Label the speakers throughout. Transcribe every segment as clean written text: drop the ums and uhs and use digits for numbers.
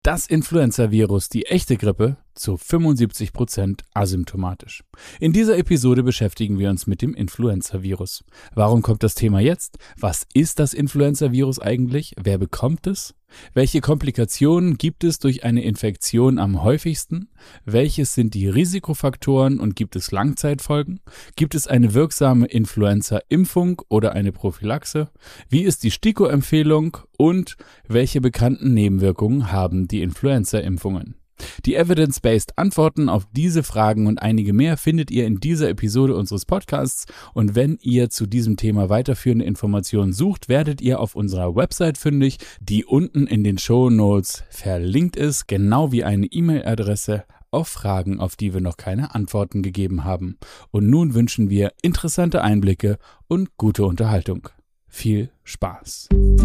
Speaker 1: Das Influenza-Virus, die echte Grippe, zu 75% asymptomatisch. In dieser Episode beschäftigen wir uns mit dem Influenza-Virus. Warum kommt das Thema jetzt? Was ist das Influenza-Virus eigentlich? Wer bekommt es? Welche Komplikationen gibt es durch eine Infektion am häufigsten? Welches sind die Risikofaktoren und gibt es Langzeitfolgen? Gibt es eine wirksame Influenza-Impfung oder eine Prophylaxe? Wie ist die STIKO-Empfehlung und welche bekannten Nebenwirkungen haben die Influenza-Impfungen? Die Evidence-Based Antworten auf diese Fragen und einige mehr findet ihr in dieser Episode unseres Podcasts, und wenn ihr zu diesem Thema weiterführende Informationen sucht, werdet ihr auf unserer Website fündig, die unten in den Shownotes verlinkt ist, genau wie eine E-Mail-Adresse auf Fragen, auf die wir noch keine Antworten gegeben haben. Und nun wünschen wir interessante Einblicke und gute Unterhaltung. Viel Spaß!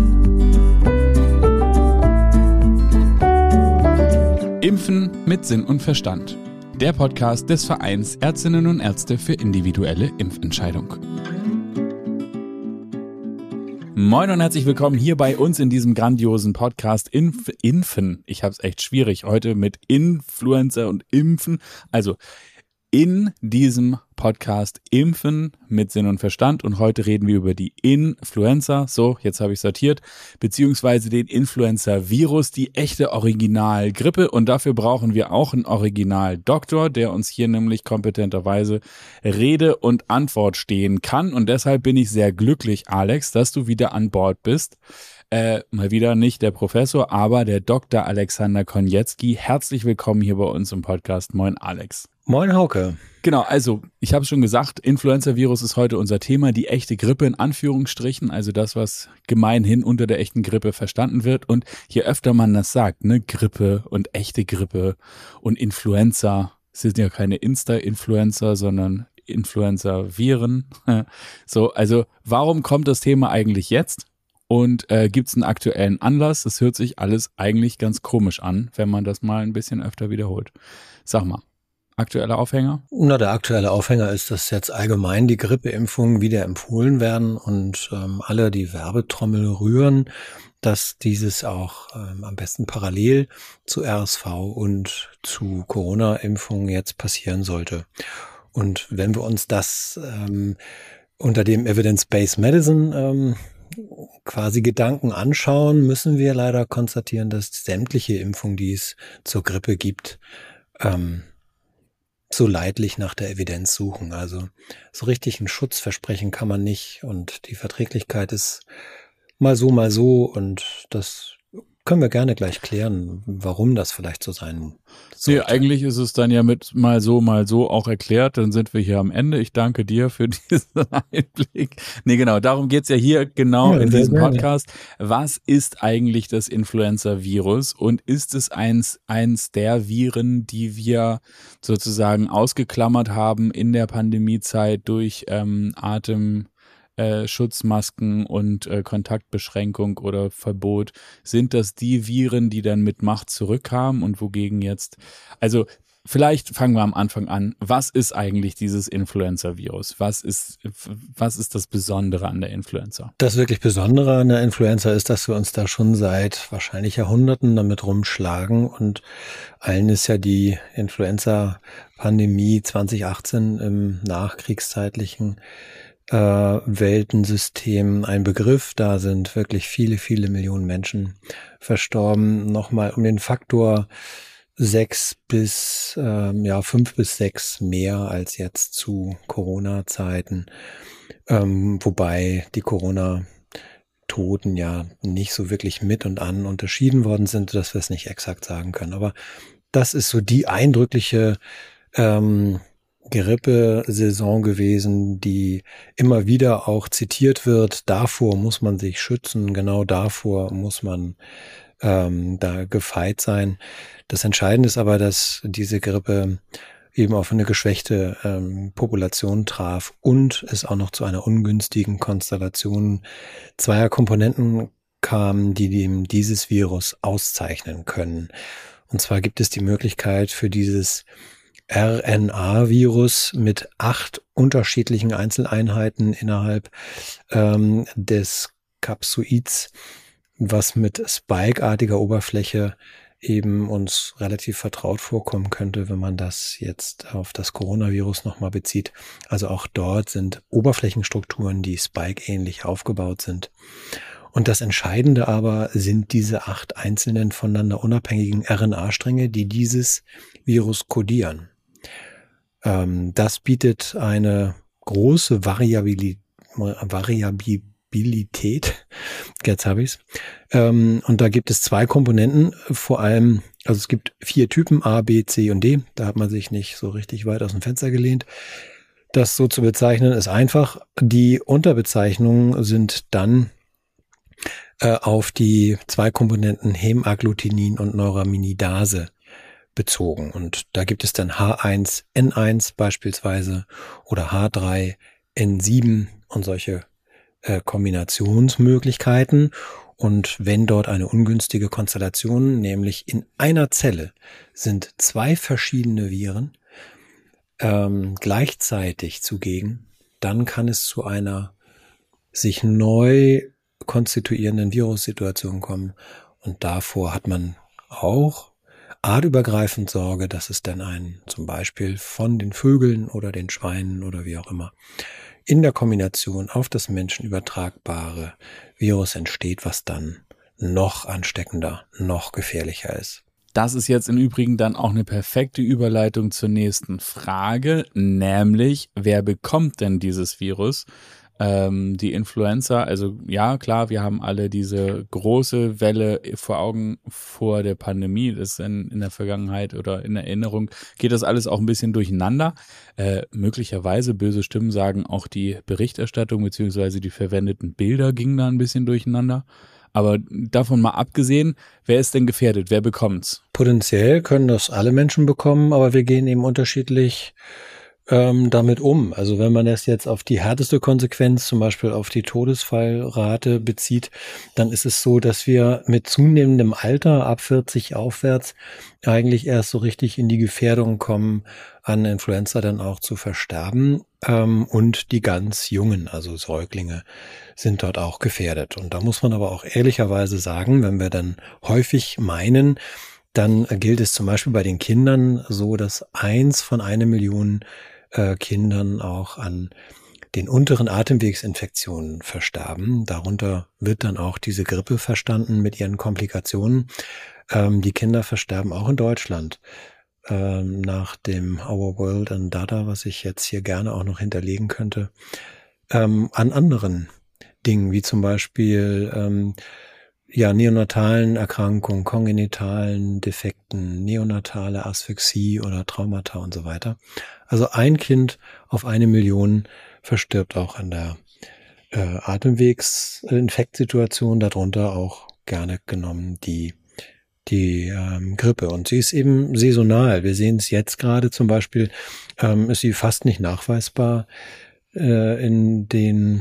Speaker 1: Impfen mit Sinn und Verstand. Der Podcast des Vereins Ärztinnen und Ärzte für individuelle Impfentscheidung. Moin und herzlich willkommen hier bei uns in diesem grandiosen Podcast Impfen. Ich habe es echt schwierig heute mit Influencer und Impfen. Also in diesem Podcast Impfen mit Sinn und Verstand, und heute reden wir über die Influenza, so, jetzt habe ich sortiert, beziehungsweise den Influenza-Virus, die echte Originalgrippe, und dafür brauchen wir auch einen Originaldoktor, der uns hier nämlich kompetenterweise Rede und Antwort stehen kann, und deshalb bin ich sehr glücklich, Alex, dass du wieder an Bord bist. Mal wieder nicht der Professor, aber der Dr. Alexander Konietzki. Herzlich willkommen hier bei uns im Podcast. Moin, Alex.
Speaker 2: Moin, Hauke.
Speaker 1: Genau, also ich habe schon gesagt, Influenza-Virus ist heute unser Thema, die echte Grippe in Anführungsstrichen, also das, was gemeinhin unter der echten Grippe verstanden wird. Und je öfter man das sagt, ne, Grippe und echte Grippe und Influenza, es sind ja keine Insta-Influencer, sondern Influenza-Viren. So, also warum kommt das Thema eigentlich jetzt? Und gibt es einen aktuellen Anlass? Das hört sich alles eigentlich ganz komisch an, wenn man das mal ein bisschen öfter wiederholt. Sag mal, aktueller Aufhänger?
Speaker 2: Na, der aktuelle Aufhänger ist, dass jetzt allgemein die Grippeimpfungen wieder empfohlen werden und alle die Werbetrommel rühren, dass dieses auch am besten parallel zu RSV und zu Corona-Impfungen jetzt passieren sollte. Und wenn wir uns das unter dem Evidence-Based Medicine quasi Gedanken anschauen, müssen wir leider konstatieren, dass sämtliche Impfungen, die es zur Grippe gibt, so leidlich nach der Evidenz suchen. Also so richtig ein Schutzversprechen kann man nicht, und die Verträglichkeit ist mal so, und das können wir gerne gleich klären, warum das vielleicht so sein sollte.
Speaker 1: Nee, eigentlich ist es dann ja mit mal so auch erklärt, dann sind wir hier am Ende. Ich danke dir für diesen Einblick. Nee, genau, darum geht's ja hier genau in diesem Podcast. Was ist eigentlich das Influenza-Virus, und ist es eins der Viren, die wir sozusagen ausgeklammert haben in der Pandemiezeit durch Schutzmasken und Kontaktbeschränkung oder Verbot? Sind das die Viren, die dann mit Macht zurückkamen und wogegen jetzt? Also vielleicht fangen wir am Anfang an. Was ist eigentlich dieses Influenza-Virus? Was ist das Besondere an der Influenza?
Speaker 2: Das wirklich Besondere an der Influenza ist, dass wir uns da schon seit wahrscheinlich Jahrhunderten damit rumschlagen, und allen ist ja die Influenza-Pandemie 2018 im nachkriegszeitlichen Weltensystem ein Begriff. Da sind wirklich viele, viele Millionen Menschen verstorben. Nochmal um den Faktor 5 bis 6 mehr als jetzt zu Corona-Zeiten. Wobei die Corona-Toten ja nicht so wirklich mit und an unterschieden worden sind, dass wir es nicht exakt sagen können. Aber das ist so die eindrückliche Grippesaison gewesen, die immer wieder auch zitiert wird. Davor muss man sich schützen, genau davor muss man da gefeit sein. Das Entscheidende ist aber, dass diese Grippe eben auf eine geschwächte Population traf und es auch noch zu einer ungünstigen Konstellation zweier Komponenten kam, die dieses Virus auszeichnen können. Und zwar gibt es die Möglichkeit für dieses RNA-Virus mit 8 unterschiedlichen Einzeleinheiten innerhalb des Kapsoids, was mit spikeartiger Oberfläche eben uns relativ vertraut vorkommen könnte, wenn man das jetzt auf das Coronavirus nochmal bezieht. Also auch dort sind Oberflächenstrukturen, die Spike-ähnlich aufgebaut sind. Und das Entscheidende aber sind diese 8 einzelnen voneinander unabhängigen RNA-Stränge, die dieses Virus kodieren. Das bietet eine große Variabilität, jetzt habe ich's. Und da gibt es 2 Komponenten, vor allem, also es gibt 4 Typen, A, B, C und D. Da hat man sich nicht so richtig weit aus dem Fenster gelehnt. Das so zu bezeichnen ist einfach. Die Unterbezeichnungen sind dann auf die 2 Komponenten Hämaggglutinin und Neuraminidase bezogen. Und da gibt es dann H1N1 beispielsweise oder H3N7 und solche Kombinationsmöglichkeiten. Und wenn dort eine ungünstige Konstellation, nämlich in einer Zelle sind 2 verschiedene Viren gleichzeitig zugegen, dann kann es zu einer sich neu konstituierenden Virussituation kommen. Und davor hat man auch artübergreifend Sorge, dass es dann zum Beispiel von den Vögeln oder den Schweinen oder wie auch immer in der Kombination auf das Menschen übertragbare Virus entsteht, was dann noch ansteckender, noch gefährlicher ist.
Speaker 1: Das ist jetzt im Übrigen dann auch eine perfekte Überleitung zur nächsten Frage, nämlich, wer bekommt denn dieses Virus? Die Influenza, also ja, klar, wir haben alle diese große Welle vor Augen vor der Pandemie, das ist in der Vergangenheit oder in Erinnerung, geht das alles auch ein bisschen durcheinander. Möglicherweise, böse Stimmen sagen, auch die Berichterstattung bzw. die verwendeten Bilder gingen da ein bisschen durcheinander. Aber davon mal abgesehen, wer ist denn gefährdet? Wer bekommt's?
Speaker 2: Potenziell können das alle Menschen bekommen, aber wir gehen eben unterschiedlich damit um. Also wenn man das jetzt auf die härteste Konsequenz, zum Beispiel auf die Todesfallrate bezieht, dann ist es so, dass wir mit zunehmendem Alter ab 40 aufwärts eigentlich erst so richtig in die Gefährdung kommen, an Influenza dann auch zu versterben. Und die ganz Jungen, also Säuglinge, sind dort auch gefährdet. Und da muss man aber auch ehrlicherweise sagen, wenn wir dann häufig meinen, dann gilt es zum Beispiel bei den Kindern so, dass 1 von 1 Million Kindern auch an den unteren Atemwegsinfektionen versterben. Darunter wird dann auch diese Grippe verstanden mit ihren Komplikationen. Die Kinder versterben auch in Deutschland nach dem Our World and Data, was ich jetzt hier gerne auch noch hinterlegen könnte, an anderen Dingen, wie zum Beispiel neonatalen Erkrankungen, kongenitalen Defekten, neonatale Asphyxie oder Traumata und so weiter. Also ein Kind auf 1 Million verstirbt auch an der Atemwegsinfektsituation, darunter auch gerne genommen die Grippe. Und sie ist eben saisonal. Wir sehen es jetzt gerade zum Beispiel, ist sie fast nicht nachweisbar in den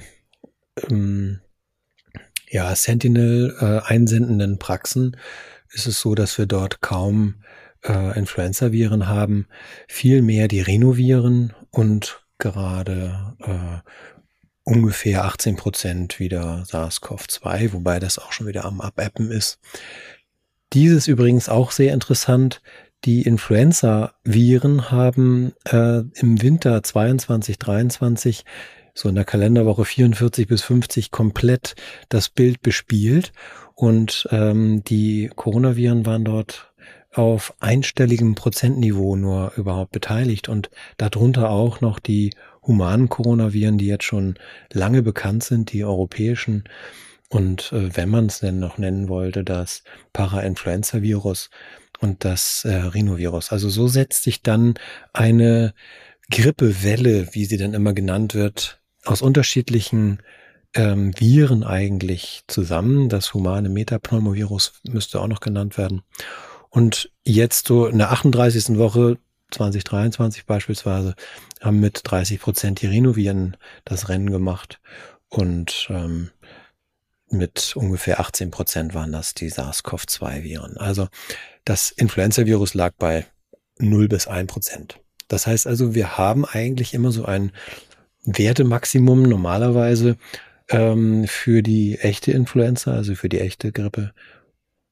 Speaker 2: Sentinel einsendenden Praxen ist es so, dass wir dort kaum Influenza-Viren haben, viel mehr die Rhinoviren und gerade ungefähr 18% wieder SARS-CoV-2, wobei das auch schon wieder am Abebben ist. Dieses übrigens auch sehr interessant. Die Influenza-Viren haben im Winter 22, 23 so in der Kalenderwoche 44 bis 50 komplett das Bild bespielt. Und die Coronaviren waren dort auf einstelligem Prozentniveau nur überhaupt beteiligt. Und darunter auch noch die humanen Coronaviren, die jetzt schon lange bekannt sind, die europäischen. Und wenn man es denn noch nennen wollte, das Parainfluenza-Virus und das Rhinovirus. Also so setzt sich dann eine Grippewelle, wie sie dann immer genannt wird, aus unterschiedlichen Viren eigentlich zusammen. Das humane Metapneumovirus müsste auch noch genannt werden. Und jetzt so in der 38. Woche 2023 beispielsweise haben mit 30% die Rhinoviren das Rennen gemacht und mit ungefähr 18% waren das die SARS-CoV-2-Viren. Also das Influenza-Virus lag bei 0 bis 1%. Das heißt also, wir haben eigentlich immer so ein Wertemaximum normalerweise für die echte Influenza, also für die echte Grippe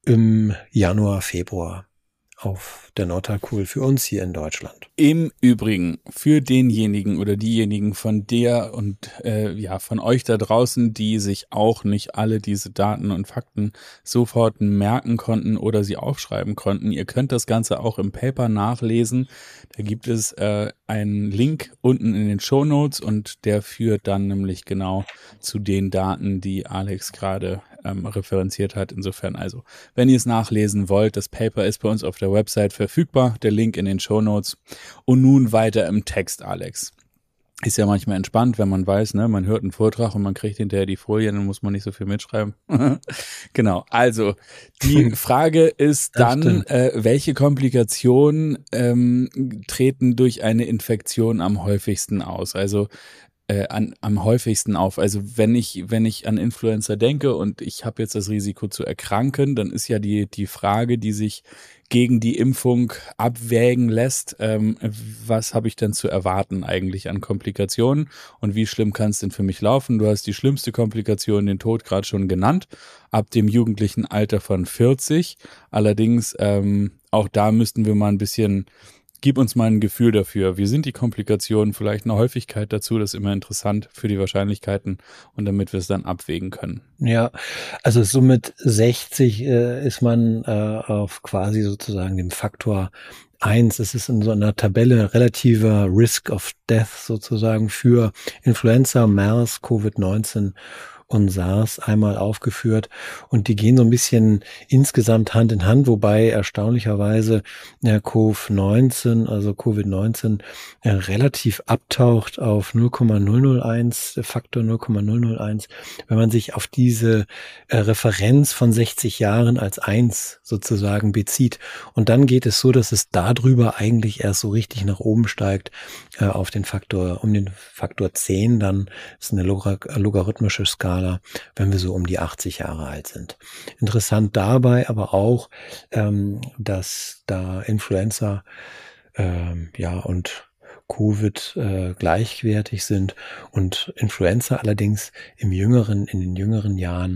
Speaker 2: im Januar, Februar auf der Nordhalbkugel für uns hier in Deutschland.
Speaker 1: Im Übrigen, für denjenigen oder diejenigen von der und von euch da draußen, die sich auch nicht alle diese Daten und Fakten sofort merken konnten oder sie aufschreiben konnten, ihr könnt das Ganze auch im Paper nachlesen. Da gibt es einen Link unten in den Shownotes und der führt dann nämlich genau zu den Daten, die Alex gerade referenziert hat. Insofern also, wenn ihr es nachlesen wollt, das Paper ist bei uns auf der Website verfügbar, der Link in den Shownotes. Und nun weiter im Text, Alex. Ist ja manchmal entspannt, wenn man weiß, ne, man hört einen Vortrag und man kriegt hinterher die Folie, dann muss man nicht so viel mitschreiben. Genau, also die Frage ist dann, welche Komplikationen treten durch eine Infektion am häufigsten aus? Also am häufigsten auf. Also wenn ich an Influenza denke und ich habe jetzt das Risiko zu erkranken, dann ist ja die Frage, die sich gegen die Impfung abwägen lässt, was habe ich denn zu erwarten eigentlich an Komplikationen und wie schlimm kann es denn für mich laufen? Du hast die schlimmste Komplikation, den Tod, gerade schon genannt, ab dem jugendlichen Alter von 40. Allerdings auch da müssten wir mal ein bisschen. Gib uns mal ein Gefühl dafür. Wie sind die Komplikationen? Vielleicht eine Häufigkeit dazu. Das ist immer interessant für die Wahrscheinlichkeiten und damit wir es dann abwägen können.
Speaker 2: Ja, also so mit 60 ist man auf quasi sozusagen dem Faktor 1. Es ist in so einer Tabelle relativer Risk of Death sozusagen für Influenza, MERS, Covid-19 und SARS einmal aufgeführt und die gehen so ein bisschen insgesamt Hand in Hand, wobei erstaunlicherweise Covid-19 relativ abtaucht auf 0,001, Faktor 0,001, wenn man sich auf diese Referenz von 60 Jahren als 1 sozusagen bezieht. Und dann geht es so, dass es darüber eigentlich erst so richtig nach oben steigt auf den Faktor, um den Faktor 10, dann ist eine logarithmische Skala, wenn wir so um die 80 Jahre alt sind. Interessant dabei aber auch, dass da Influenza und Covid gleichwertig sind und Influenza allerdings in den jüngeren Jahren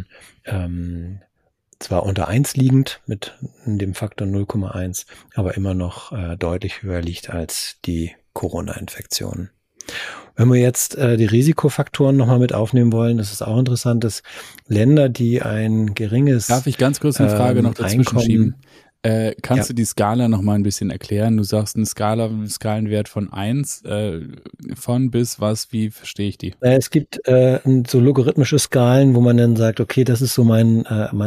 Speaker 2: zwar unter 1 liegend mit dem Faktor 0,1, aber immer noch deutlich höher liegt als die Corona-Infektionen. Wenn wir jetzt die Risikofaktoren nochmal mit aufnehmen wollen, das ist auch interessant, dass Länder, die ein geringes
Speaker 1: Darf ich ganz kurz eine Frage noch dazwischen schieben? Kannst du die Skala noch mal ein bisschen erklären? Du sagst einen Skalenwert von 1, von bis was, wie verstehe ich die?
Speaker 2: Es gibt so logarithmische Skalen, wo man dann sagt, okay, das ist so mein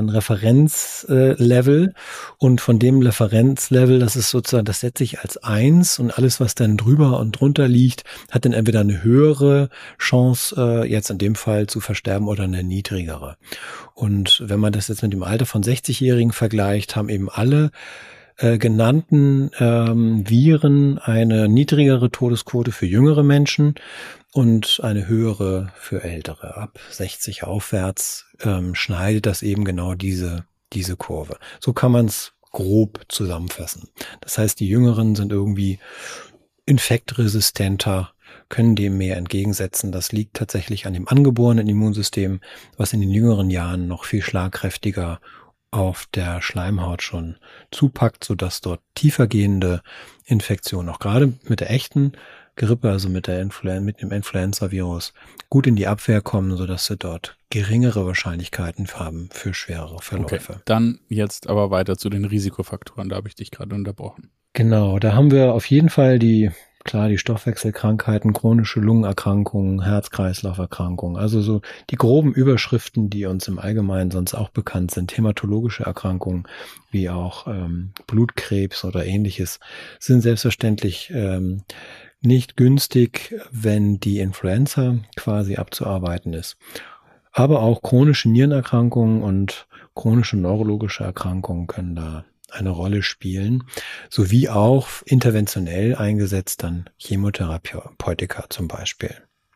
Speaker 2: Referenzlevel und von dem Referenzlevel, das ist sozusagen, das setze ich als 1 und alles, was dann drüber und drunter liegt, hat dann entweder eine höhere Chance, jetzt in dem Fall zu versterben oder eine niedrigere. Und wenn man das jetzt mit dem Alter von 60-Jährigen vergleicht, haben eben alle genannten Viren eine niedrigere Todesquote für jüngere Menschen und eine höhere für ältere. Ab 60 aufwärts schneidet das eben genau diese Kurve. So kann man es grob zusammenfassen. Das heißt, die Jüngeren sind irgendwie infektresistenter, können dem mehr entgegensetzen. Das liegt tatsächlich an dem angeborenen Immunsystem, was in den jüngeren Jahren noch viel schlagkräftiger auf der Schleimhaut schon zupackt, sodass dort tiefergehende Infektionen, auch gerade mit der echten Grippe, also mit dem Influenza-Virus, gut in die Abwehr kommen, sodass sie dort geringere Wahrscheinlichkeiten haben für schwerere Verläufe.
Speaker 1: Okay, dann jetzt aber weiter zu den Risikofaktoren, da habe ich dich gerade unterbrochen.
Speaker 2: Genau, da haben wir auf jeden Fall die Stoffwechselkrankheiten, chronische Lungenerkrankungen, Herz-Kreislauf-Erkrankungen, also so die groben Überschriften, die uns im Allgemeinen sonst auch bekannt sind, hämatologische Erkrankungen wie auch Blutkrebs oder ähnliches, sind selbstverständlich nicht günstig, wenn die Influenza quasi abzuarbeiten ist. Aber auch chronische Nierenerkrankungen und chronische neurologische Erkrankungen können da eine Rolle spielen, sowie auch interventionell eingesetzt dann Chemotherapeutika zum Beispiel.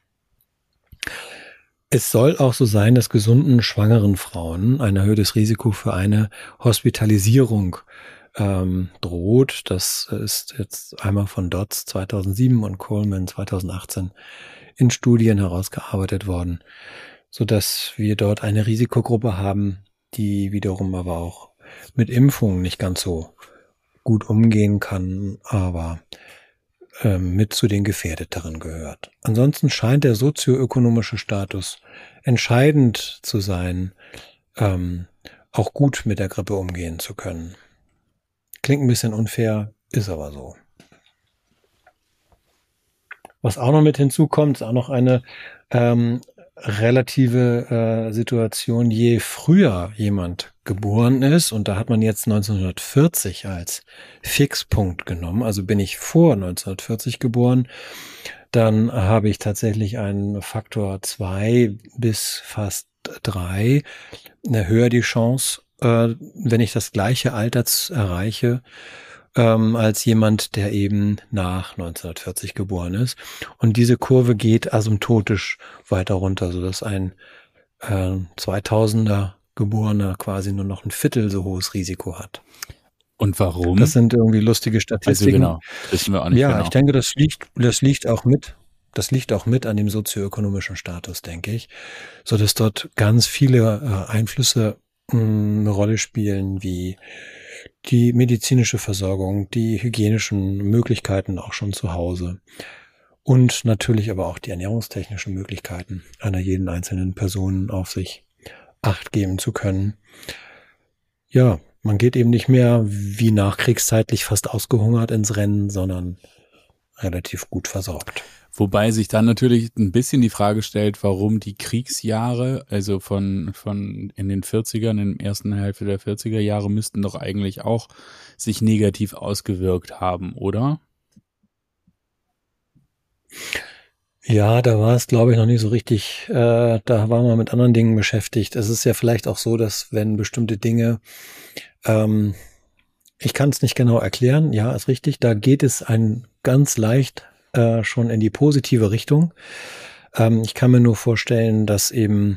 Speaker 2: Es soll auch so sein, dass gesunden schwangeren Frauen ein erhöhtes Risiko für eine Hospitalisierung droht. Das ist jetzt einmal von Dodds 2007 und Coleman 2018 in Studien herausgearbeitet worden, sodass wir dort eine Risikogruppe haben, die wiederum aber auch mit Impfungen nicht ganz so gut umgehen kann, aber mit zu den Gefährdeteren gehört. Ansonsten scheint der sozioökonomische Status entscheidend zu sein, auch gut mit der Grippe umgehen zu können. Klingt ein bisschen unfair, ist aber so. Was auch noch mit hinzukommt, ist auch noch eine relative Situation, je früher jemand geboren ist, und da hat man jetzt 1940 als Fixpunkt genommen, also bin ich vor 1940 geboren, dann habe ich tatsächlich einen Faktor 2 bis fast 3 höher die Chance, wenn ich das gleiche Alter erreiche, als jemand, der eben nach 1940 geboren ist. Und diese Kurve geht asymptotisch weiter runter, sodass ein 2000er Geborener quasi nur noch ein Viertel so hohes Risiko hat.
Speaker 1: Und warum?
Speaker 2: Das sind irgendwie lustige Statistiken.
Speaker 1: Also genau, wissen wir auch nicht genau.
Speaker 2: Ich denke, das liegt auch mit an dem sozioökonomischen Status, denke ich, so dass dort ganz viele Einflüsse eine Rolle spielen, wie die medizinische Versorgung, die hygienischen Möglichkeiten auch schon zu Hause und natürlich aber auch die ernährungstechnischen Möglichkeiten einer jeden einzelnen Person auf sich Acht geben zu können. Ja, man geht eben nicht mehr wie nachkriegszeitlich fast ausgehungert ins Rennen, sondern relativ gut versorgt.
Speaker 1: Wobei sich dann natürlich ein bisschen die Frage stellt, warum die Kriegsjahre, also von in den 40ern, in der ersten Hälfte der 40er Jahre, müssten doch eigentlich auch sich negativ ausgewirkt haben, oder?
Speaker 2: Ja, da war es, glaube ich, noch nicht so richtig, da war man mit anderen Dingen beschäftigt. Es ist ja vielleicht auch so, dass wenn bestimmte Dinge, ich kann es nicht genau erklären, ja, ist richtig, da geht es ein ganz leicht schon in die positive Richtung. Ich kann mir nur vorstellen, dass eben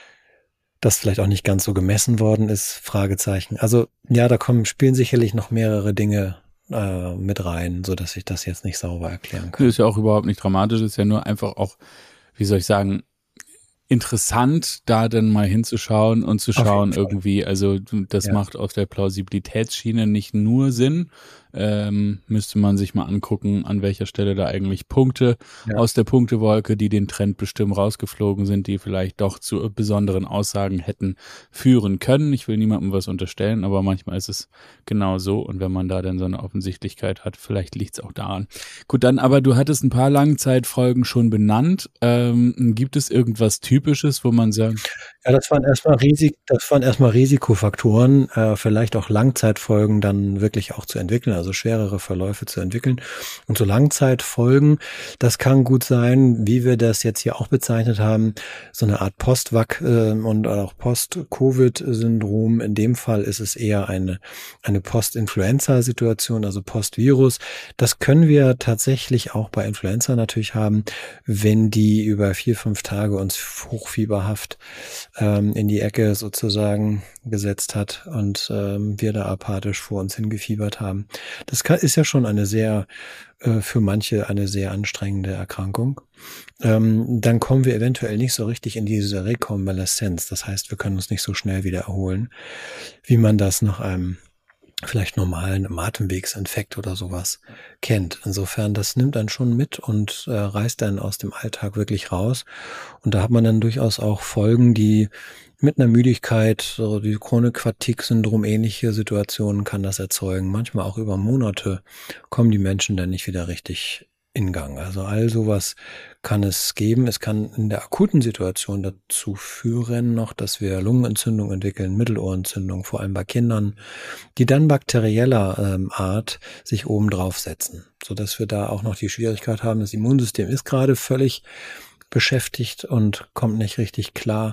Speaker 2: das vielleicht auch nicht ganz so gemessen worden ist, Fragezeichen. Also ja, spielen sicherlich noch mehrere Dinge mit rein, so dass ich das jetzt nicht sauber erklären kann.
Speaker 1: Das ist ja auch überhaupt nicht dramatisch, ist ja nur einfach auch, wie soll ich sagen, interessant, da dann mal hinzuschauen und zu schauen irgendwie, also das macht auf der Plausibilitätsschiene nicht nur Sinn, müsste man sich mal angucken, an welcher Stelle da eigentlich Punkte aus der Punktewolke, die den Trend bestimmt rausgeflogen sind, die vielleicht doch zu besonderen Aussagen hätten führen können. Ich will niemandem was unterstellen, aber manchmal ist es genau so, und wenn man da dann so eine Offensichtlichkeit hat, vielleicht liegt es auch daran. Gut, dann aber du hattest ein paar Langzeitfolgen schon benannt. Gibt es irgendwas Typisches, wo man sagt?
Speaker 2: Ja, das waren erstmal Risikofaktoren, vielleicht auch Langzeitfolgen dann wirklich auch zu entwickeln, also schwerere Verläufe zu entwickeln. Und so Langzeitfolgen, das kann gut sein, wie wir das jetzt hier auch bezeichnet haben, so eine Art Post-Vac und auch Post-Covid-Syndrom. In dem Fall ist es eher eine Post-Influenza-Situation, also Post-Virus. Das können wir tatsächlich auch bei Influenza natürlich haben, wenn die über 4-5 Tage uns hochfieberhaft in die Ecke sozusagen gesetzt hat und wir da apathisch vor uns hingefiebert haben. Das ist ja schon für manche eine sehr anstrengende Erkrankung. Dann kommen wir eventuell nicht so richtig in diese Rekonvaleszenz. Das heißt, wir können uns nicht so schnell wieder erholen, wie man das nach einem vielleicht normalen Atemwegsinfekt oder sowas kennt. Insofern, das nimmt dann schon mit und reißt dann aus dem Alltag wirklich raus. Und da hat man dann durchaus auch Folgen, die mit einer Müdigkeit, so die Chronic-Fatigue-Syndrom, ähnliche Situationen kann das erzeugen. Manchmal auch über Monate kommen die Menschen dann nicht wieder richtig in Gang. Also all sowas kann es geben. Es kann in der akuten Situation dazu führen noch, dass wir Lungenentzündung entwickeln, Mittelohrentzündung, vor allem bei Kindern, die dann bakterieller Art sich oben drauf setzen, sodass wir da auch noch die Schwierigkeit haben, das Immunsystem ist gerade völlig beschäftigt und kommt nicht richtig klar,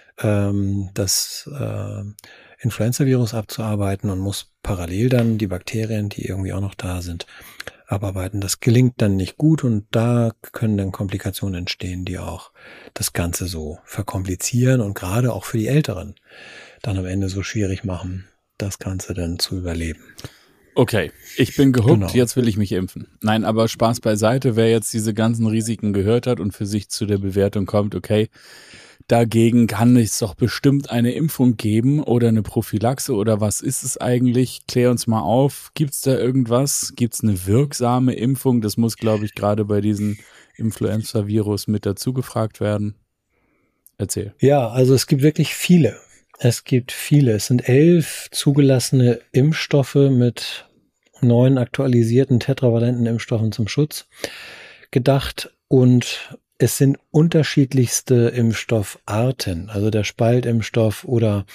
Speaker 2: das Influenza-Virus abzuarbeiten und muss parallel dann die Bakterien, die irgendwie auch noch da sind, abarbeiten. Das gelingt dann nicht gut und da können dann Komplikationen entstehen, die auch das Ganze so verkomplizieren und gerade auch für die Älteren dann am Ende so schwierig machen, das Ganze dann zu überleben.
Speaker 1: Okay, ich bin gehuckt, Jetzt will ich mich impfen. Nein, aber Spaß beiseite, wer jetzt diese ganzen Risiken gehört hat und für sich zu der Bewertung kommt, okay, Dagegen kann es doch bestimmt eine Impfung geben oder eine Prophylaxe oder was ist es eigentlich? Klär uns mal auf. Gibt's da irgendwas? Gibt's eine wirksame Impfung? Das muss, glaube ich, gerade bei diesem Influenza-Virus mit dazu gefragt werden. Erzähl.
Speaker 2: Ja, also es gibt wirklich viele. Es gibt viele. Es sind 11 zugelassene Impfstoffe mit 9 aktualisierten tetravalenten Impfstoffen zum Schutz gedacht und es sind unterschiedlichste Impfstoffarten, also der Spaltimpfstoff oder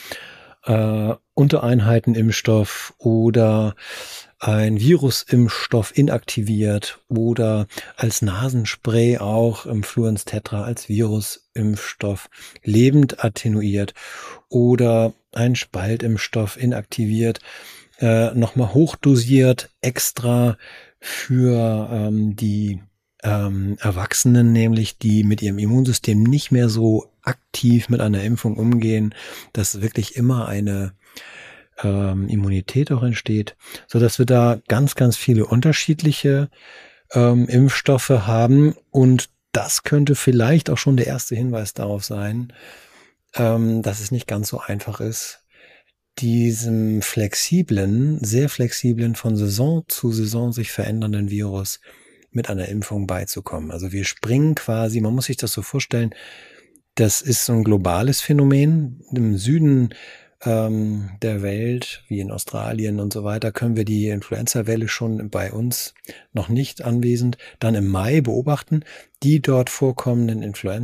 Speaker 2: Untereinheitenimpfstoff oder ein Virusimpfstoff inaktiviert oder als Nasenspray auch Influenz Tetra als Virusimpfstoff lebend attenuiert oder ein Spaltimpfstoff inaktiviert, nochmal hochdosiert extra für die Erwachsenen, nämlich die mit ihrem Immunsystem nicht mehr so aktiv mit einer Impfung umgehen, dass wirklich immer eine Immunität auch entsteht, so dass wir da ganz, ganz viele unterschiedliche Impfstoffe haben und das könnte vielleicht auch schon der erste Hinweis darauf sein, dass es nicht ganz so einfach ist, diesem flexiblen, sehr flexiblen, von Saison zu Saison sich verändernden Virus mit einer Impfung beizukommen. Also wir springen quasi, man muss sich das so vorstellen, das ist so ein globales Phänomen. Im Süden der Welt, wie in Australien und so weiter, können wir die Influenza-Welle schon bei uns noch nicht anwesend dann im Mai beobachten. Die dort vorkommenden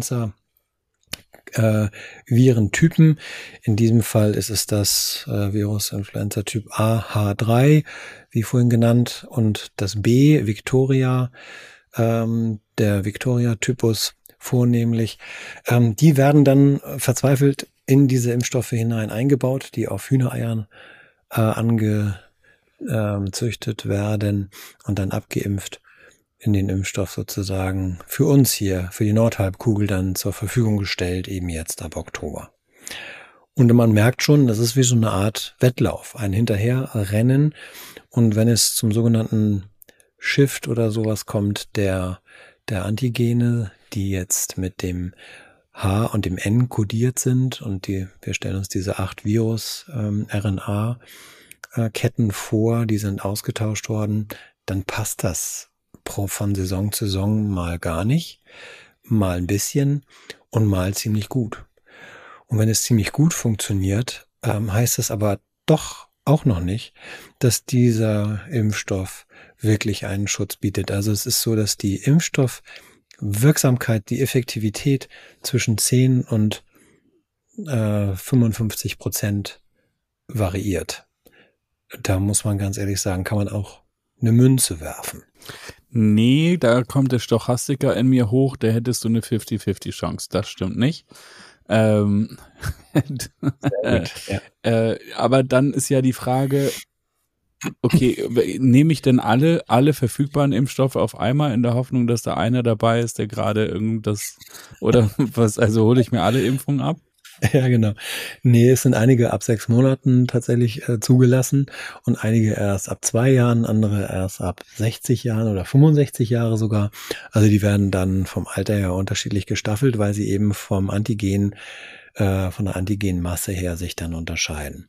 Speaker 2: Virentypen. In diesem Fall ist es das Virus Influenza-Typ AH3, wie vorhin genannt, und das B, Victoria, der Victoria-Typus vornehmlich. Die werden dann verzweifelt in diese Impfstoffe hinein eingebaut, die auf Hühnereiern angezüchtet werden und dann abgeimpft in den Impfstoff sozusagen für uns hier, für die Nordhalbkugel dann zur Verfügung gestellt, eben jetzt ab Oktober. Und man merkt schon, das ist wie so eine Art Wettlauf, ein Hinterherrennen. Und wenn es zum sogenannten Shift oder sowas kommt, der Antigene, die jetzt mit dem H und dem N kodiert sind und wir stellen uns diese 8 Virus-RNA-Ketten vor, die sind ausgetauscht worden, dann passt das von Saison zu Saison mal gar nicht, mal ein bisschen und mal ziemlich gut. Und wenn es ziemlich gut funktioniert, heißt es aber doch auch noch nicht, dass dieser Impfstoff wirklich einen Schutz bietet. Also es ist so, dass die Impfstoffwirksamkeit, die Effektivität zwischen 10 und 55% variiert. Da muss man ganz ehrlich sagen, kann man auch eine Münze werfen.
Speaker 1: Nee, da kommt der Stochastiker in mir hoch, da hättest du eine 50-50 Chance. Das stimmt nicht.
Speaker 2: Sehr gut, ja.
Speaker 1: Aber dann ist ja die Frage, okay, nehme ich denn alle verfügbaren Impfstoffe auf einmal in der Hoffnung, dass da einer dabei ist, der gerade irgendwas oder was, also hole ich mir alle Impfungen ab?
Speaker 2: Ja, genau. Nee, es sind einige ab 6 Monaten tatsächlich zugelassen und einige erst ab 2 Jahren, andere erst ab 60 Jahren oder 65 Jahre sogar. Also die werden dann vom Alter her unterschiedlich gestaffelt, weil sie eben vom Antigen, von der Antigenmasse her sich dann unterscheiden.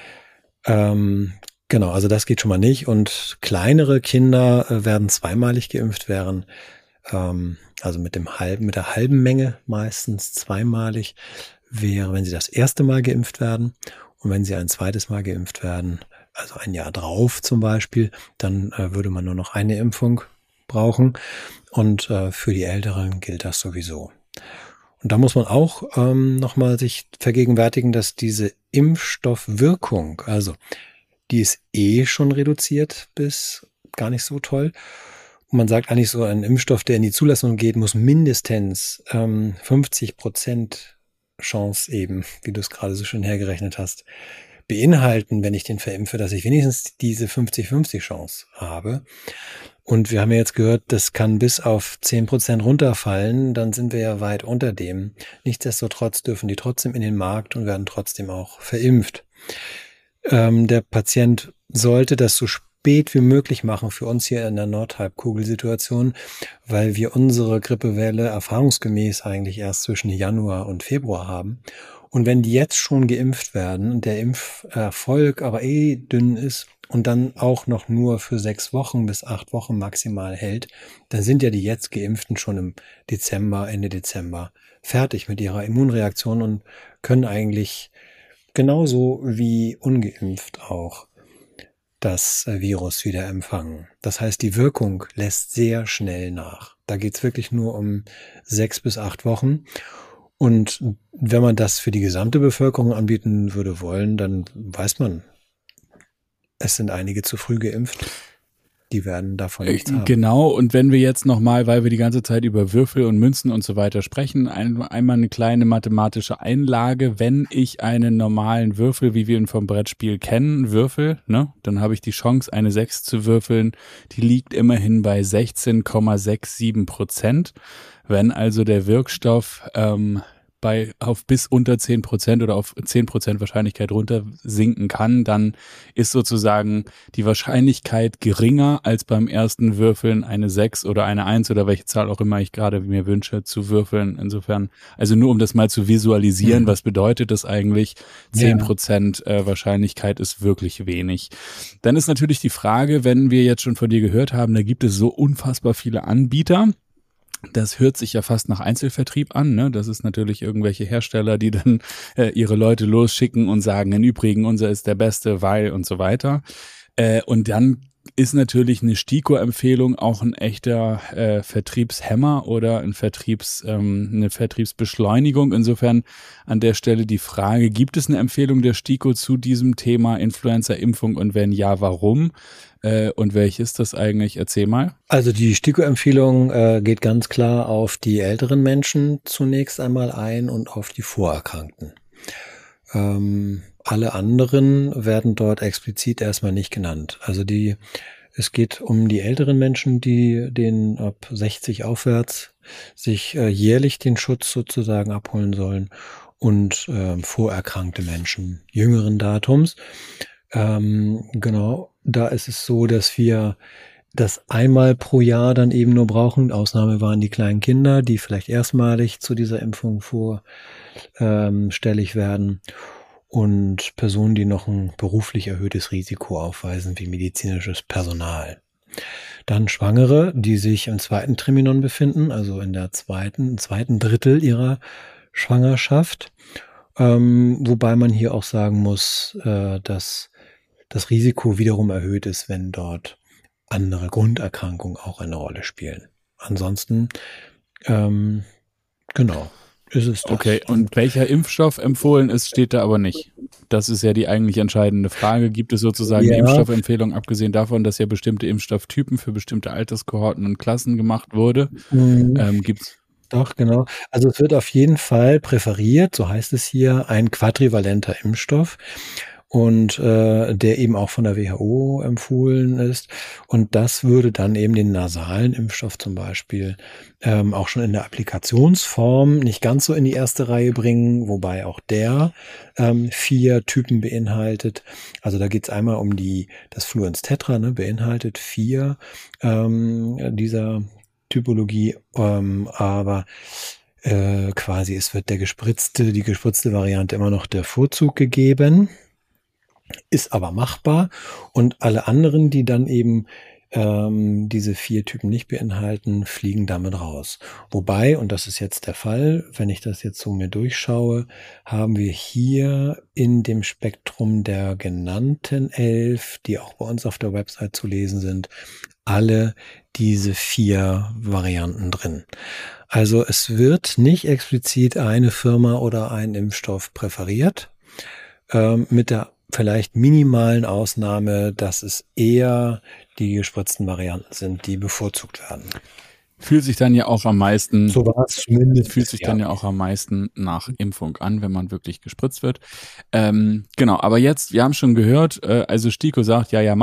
Speaker 2: Genau, also das geht schon mal nicht. Und kleinere Kinder werden zweimalig geimpft werden, also mit der halben Menge meistens zweimalig wäre, wenn sie das erste Mal geimpft werden und wenn sie ein zweites Mal geimpft werden, also ein Jahr drauf zum Beispiel, dann würde man nur noch eine Impfung brauchen und für die Älteren gilt das sowieso. Und da muss man auch nochmal sich vergegenwärtigen, dass diese Impfstoffwirkung, also die ist schon reduziert bis gar nicht so toll. Und man sagt eigentlich so, ein Impfstoff, der in die Zulassung geht, muss mindestens 50% Chance eben, wie du es gerade so schön hergerechnet hast, beinhalten, wenn ich den verimpfe, dass ich wenigstens diese 50-50 Chance habe. Und wir haben ja jetzt gehört, das kann bis auf 10% runterfallen, dann sind wir ja weit unter dem. Nichtsdestotrotz dürfen die trotzdem in den Markt und werden trotzdem auch verimpft. Der Patient sollte das so spät wie möglich machen für uns hier in der Nordhalbkugelsituation, weil wir unsere Grippewelle erfahrungsgemäß eigentlich erst zwischen Januar und Februar haben. Und wenn die jetzt schon geimpft werden, der Impferfolg aber dünn ist und dann auch noch nur für 6 Wochen bis 8 Wochen maximal hält, dann sind ja die jetzt Geimpften schon im Dezember, Ende Dezember fertig mit ihrer Immunreaktion und können eigentlich genauso wie ungeimpft auch das Virus wieder empfangen. Das heißt, die Wirkung lässt sehr schnell nach. Da geht es wirklich nur um 6 bis 8 Wochen. Und wenn man das für die gesamte Bevölkerung anbieten würde wollen, dann weiß man, es sind einige zu früh geimpft. Die werden davon nichts haben.
Speaker 1: Genau, und wenn wir jetzt nochmal, weil wir die ganze Zeit über Würfel und Münzen und so weiter sprechen, einmal eine kleine mathematische Einlage. Wenn ich einen normalen Würfel, wie wir ihn vom Brettspiel kennen, würfel, ne, dann habe ich die Chance, eine 6 zu würfeln. Die liegt immerhin bei 16,67%. Wenn also der Wirkstoff auf bis unter 10% oder auf 10% Wahrscheinlichkeit runter sinken kann, dann ist sozusagen die Wahrscheinlichkeit geringer als beim ersten Würfeln eine 6 oder eine 1 oder welche Zahl auch immer ich gerade mir wünsche zu würfeln. Insofern, also nur um das mal zu visualisieren, was bedeutet das eigentlich? 10% Wahrscheinlichkeit ist wirklich wenig. Dann ist natürlich die Frage, wenn wir jetzt schon von dir gehört haben, da gibt es so unfassbar viele Anbieter. Das hört sich ja fast nach Einzelvertrieb an, ne? Das ist natürlich irgendwelche Hersteller, die dann ihre Leute losschicken und sagen, im Übrigen, unser ist der Beste, weil und so weiter. Und dann ist natürlich eine STIKO-Empfehlung auch ein echter Vertriebshemmer oder eine Vertriebsbeschleunigung. Insofern an der Stelle die Frage, gibt es eine Empfehlung der STIKO zu diesem Thema Influenza-Impfung und wenn ja, warum? Und welche ist das eigentlich? Erzähl mal.
Speaker 2: Also die STIKO-Empfehlung geht ganz klar auf die älteren Menschen zunächst einmal ein und auf die Vorerkrankten. Alle anderen werden dort explizit erstmal nicht genannt. Also es geht um die älteren Menschen, die den ab 60 aufwärts sich jährlich den Schutz sozusagen abholen sollen und vorerkrankte Menschen jüngeren Datums. Genau, da ist es so, dass wir das einmal pro Jahr dann eben nur brauchen. Ausnahme waren die kleinen Kinder, die vielleicht erstmalig zu dieser Impfung vorstellig werden und Personen, die noch ein beruflich erhöhtes Risiko aufweisen, wie medizinisches Personal. Dann Schwangere, die sich im zweiten Trimenon befinden, also im zweiten Drittel ihrer Schwangerschaft. Wobei man hier auch sagen muss, dass das Risiko wiederum erhöht ist, wenn dort andere Grunderkrankungen auch eine Rolle spielen. Ansonsten, genau, ist es das.
Speaker 1: Okay, und welcher Impfstoff empfohlen ist, steht da aber nicht. Das ist ja die eigentlich entscheidende Frage. Gibt es sozusagen eine Impfstoffempfehlung, abgesehen davon, dass ja bestimmte Impfstofftypen für bestimmte Alterskohorten und Klassen gemacht wurde? Gibt's?
Speaker 2: Doch, genau. Also es wird auf jeden Fall präferiert, so heißt es hier, ein quadrivalenter Impfstoff. Und der eben auch von der WHO empfohlen ist. Und das würde dann eben den nasalen Impfstoff zum Beispiel auch schon in der Applikationsform nicht ganz so in die erste Reihe bringen, wobei auch der 4 Typen beinhaltet. Also da geht es einmal um das Fluenz Tetra, ne, beinhaltet 4 dieser Typologie, aber quasi es wird die gespritzte Variante immer noch der Vorzug gegeben. Ist aber machbar und alle anderen, die dann eben diese 4 Typen nicht beinhalten, fliegen damit raus. Wobei, und das ist jetzt der Fall, wenn ich das jetzt so mir durchschaue, haben wir hier in dem Spektrum der genannten 11, die auch bei uns auf der Website zu lesen sind, alle diese 4 Varianten drin. Also es wird nicht explizit eine Firma oder ein Impfstoff präferiert, mit der vielleicht minimalen Ausnahme, dass es eher die gespritzten Varianten sind, die bevorzugt werden.
Speaker 1: Fühlt sich dann ja auch am meisten,
Speaker 2: so war es zumindest,
Speaker 1: fühlt sich dann ja auch am meisten nach Impfung an, wenn man wirklich gespritzt wird. Genau, aber jetzt, wir haben schon gehört, also STIKO sagt, ja, machen.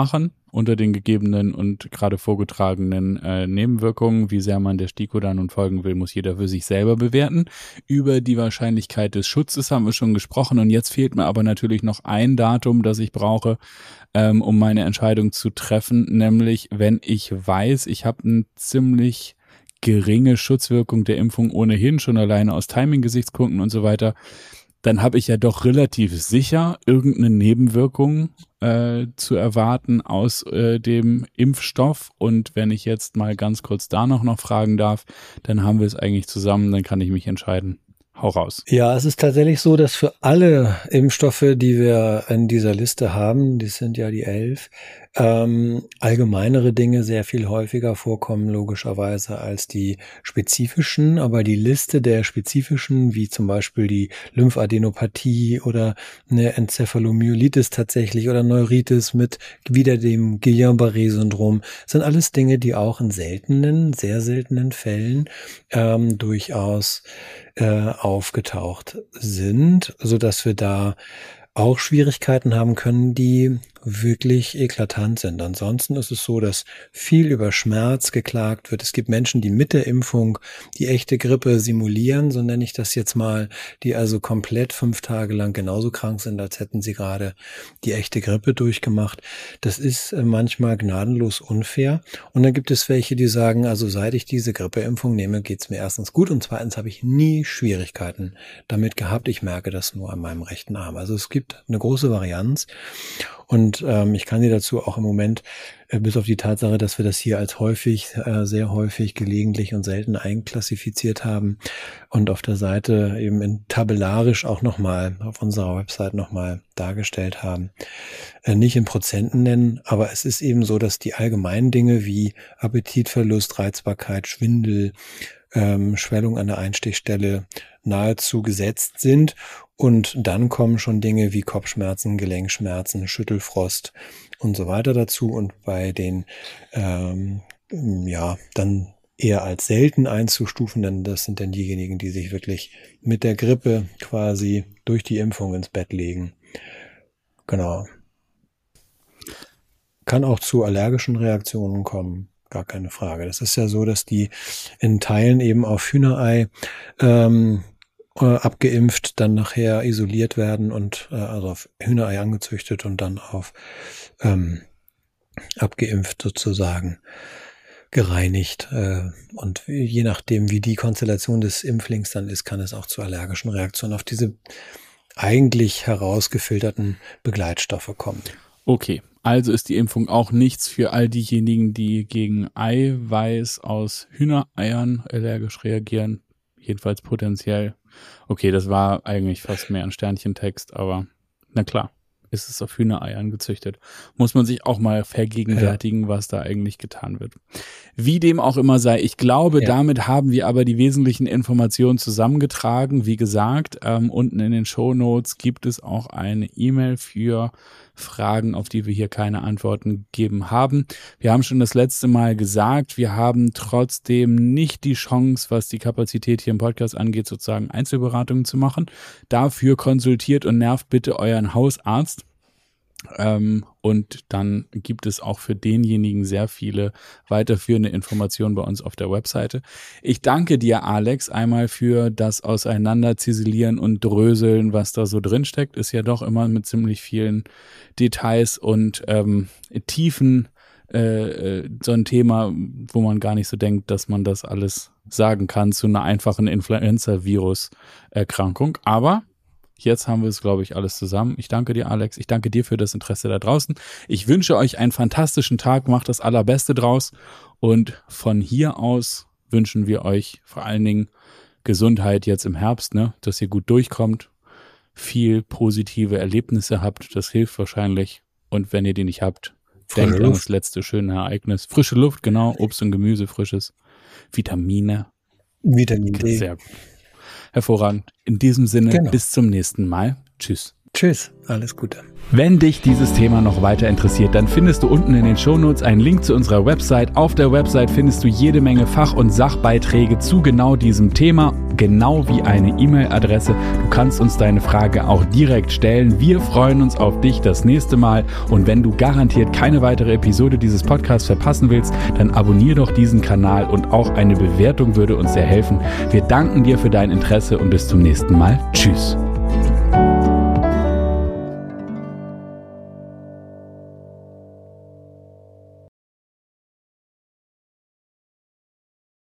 Speaker 1: unter den gegebenen und gerade vorgetragenen Nebenwirkungen. Wie sehr man der STIKO da nun folgen will, muss jeder für sich selber bewerten. Über die Wahrscheinlichkeit des Schutzes haben wir schon gesprochen und jetzt fehlt mir aber natürlich noch ein Datum, das ich brauche, um meine Entscheidung zu treffen, nämlich wenn ich weiß, ich habe eine ziemlich geringe Schutzwirkung der Impfung ohnehin, schon alleine aus Timing-Gesichtspunkten und so weiter, dann habe ich ja doch relativ sicher irgendeine Nebenwirkung zu erwarten aus dem Impfstoff. Und wenn ich jetzt mal ganz kurz da noch fragen darf, dann haben wir es eigentlich zusammen, dann kann ich mich entscheiden. Hau raus.
Speaker 2: Ja, es ist tatsächlich so, dass für alle Impfstoffe, die wir in dieser Liste haben, das sind ja die 11, allgemeinere Dinge sehr viel häufiger vorkommen, logischerweise, als die spezifischen. Aber die Liste der spezifischen, wie zum Beispiel die Lymphadenopathie oder eine Enzephalomyelitis tatsächlich oder Neuritis mit wieder dem Guillain-Barré-Syndrom, sind alles Dinge, die auch in seltenen, sehr seltenen Fällen durchaus aufgetaucht sind, so dass wir da auch Schwierigkeiten haben können, die wirklich eklatant sind. Ansonsten ist es so, dass viel über Schmerz geklagt wird. Es gibt Menschen, die mit der Impfung die echte Grippe simulieren, so nenne ich das jetzt mal, die also komplett 5 Tage lang genauso krank sind, als hätten sie gerade die echte Grippe durchgemacht. Das ist manchmal gnadenlos unfair. Und dann gibt es welche, die sagen, also seit ich diese Grippeimpfung nehme, geht es mir erstens gut und zweitens habe ich nie Schwierigkeiten damit gehabt. Ich merke das nur an meinem rechten Arm. Also es gibt eine große Varianz. Und ich kann dir dazu auch im Moment, bis auf die Tatsache, dass wir das hier als häufig, sehr häufig, gelegentlich und selten einklassifiziert haben und auf der Seite eben in tabellarisch auch nochmal auf unserer Website nochmal dargestellt haben, nicht in Prozenten nennen, aber es ist eben so, dass die allgemeinen Dinge wie Appetitverlust, Reizbarkeit, Schwindel, Schwellung an der Einstichstelle nahezu gesetzt sind. Und dann kommen schon Dinge wie Kopfschmerzen, Gelenkschmerzen, Schüttelfrost und so weiter dazu. Und bei den, dann eher als selten einzustufen, denn das sind dann diejenigen, die sich wirklich mit der Grippe quasi durch die Impfung ins Bett legen. Genau. Kann auch zu allergischen Reaktionen kommen. Gar keine Frage. Das ist ja so, dass die in Teilen eben auf Hühnerei abgeimpft, dann nachher isoliert werden und also auf Hühnerei angezüchtet und dann auf abgeimpft sozusagen gereinigt. Und je nachdem, wie die Konstellation des Impflings dann ist, kann es auch zu allergischen Reaktionen auf diese eigentlich herausgefilterten Begleitstoffe kommen.
Speaker 1: Okay, also ist die Impfung auch nichts für all diejenigen, die gegen Eiweiß aus Hühnereiern allergisch reagieren. Jedenfalls potenziell. Okay, das war eigentlich fast mehr ein Sternchentext, aber na klar, ist es auf Hühnereiern gezüchtet. Muss man sich auch mal vergegenwärtigen, was da eigentlich getan wird. Wie dem auch immer sei, ich glaube, damit haben wir aber die wesentlichen Informationen zusammengetragen. Wie gesagt, unten in den Shownotes gibt es auch eine E-Mail für Fragen, auf die wir hier keine Antworten gegeben haben. Wir haben schon das letzte Mal gesagt, wir haben trotzdem nicht die Chance, was die Kapazität hier im Podcast angeht, sozusagen Einzelberatungen zu machen. Dafür konsultiert und nervt bitte euren Hausarzt. Und dann gibt es auch für denjenigen sehr viele weiterführende Informationen bei uns auf der Webseite. Ich danke dir, Alex, einmal für das Auseinanderziselieren und Dröseln, was da so drin steckt. Ist ja doch immer mit ziemlich vielen Details und Tiefen so ein Thema, wo man gar nicht so denkt, dass man das alles sagen kann zu einer einfachen Influenza-Virus-Erkrankung. Aber jetzt haben wir es, glaube ich, alles zusammen. Ich danke dir, Alex. Ich danke dir für das Interesse da draußen. Ich wünsche euch einen fantastischen Tag. Macht das Allerbeste draus. Und von hier aus wünschen wir euch vor allen Dingen Gesundheit jetzt im Herbst, ne? Dass ihr gut durchkommt, viel positive Erlebnisse habt. Das hilft wahrscheinlich. Und wenn ihr die nicht habt, denkt an das letzte schöne Ereignis. Frische Luft, genau. Obst und Gemüse, frisches. Vitamine.
Speaker 2: Vitamin D.
Speaker 1: Sehr gut. Hervorragend. In diesem Sinne, Bis zum nächsten Mal. Tschüss.
Speaker 2: Tschüss, alles Gute.
Speaker 1: Wenn dich dieses Thema noch weiter interessiert, dann findest du unten in den Shownotes einen Link zu unserer Website. Auf der Website findest du jede Menge Fach- und Sachbeiträge zu genau diesem Thema, genau wie eine E-Mail-Adresse. Du kannst uns deine Frage auch direkt stellen. Wir freuen uns auf dich das nächste Mal. Und wenn du garantiert keine weitere Episode dieses Podcasts verpassen willst, dann abonnier doch diesen Kanal und auch eine Bewertung würde uns sehr helfen. Wir danken dir für dein Interesse und bis zum nächsten Mal. Tschüss.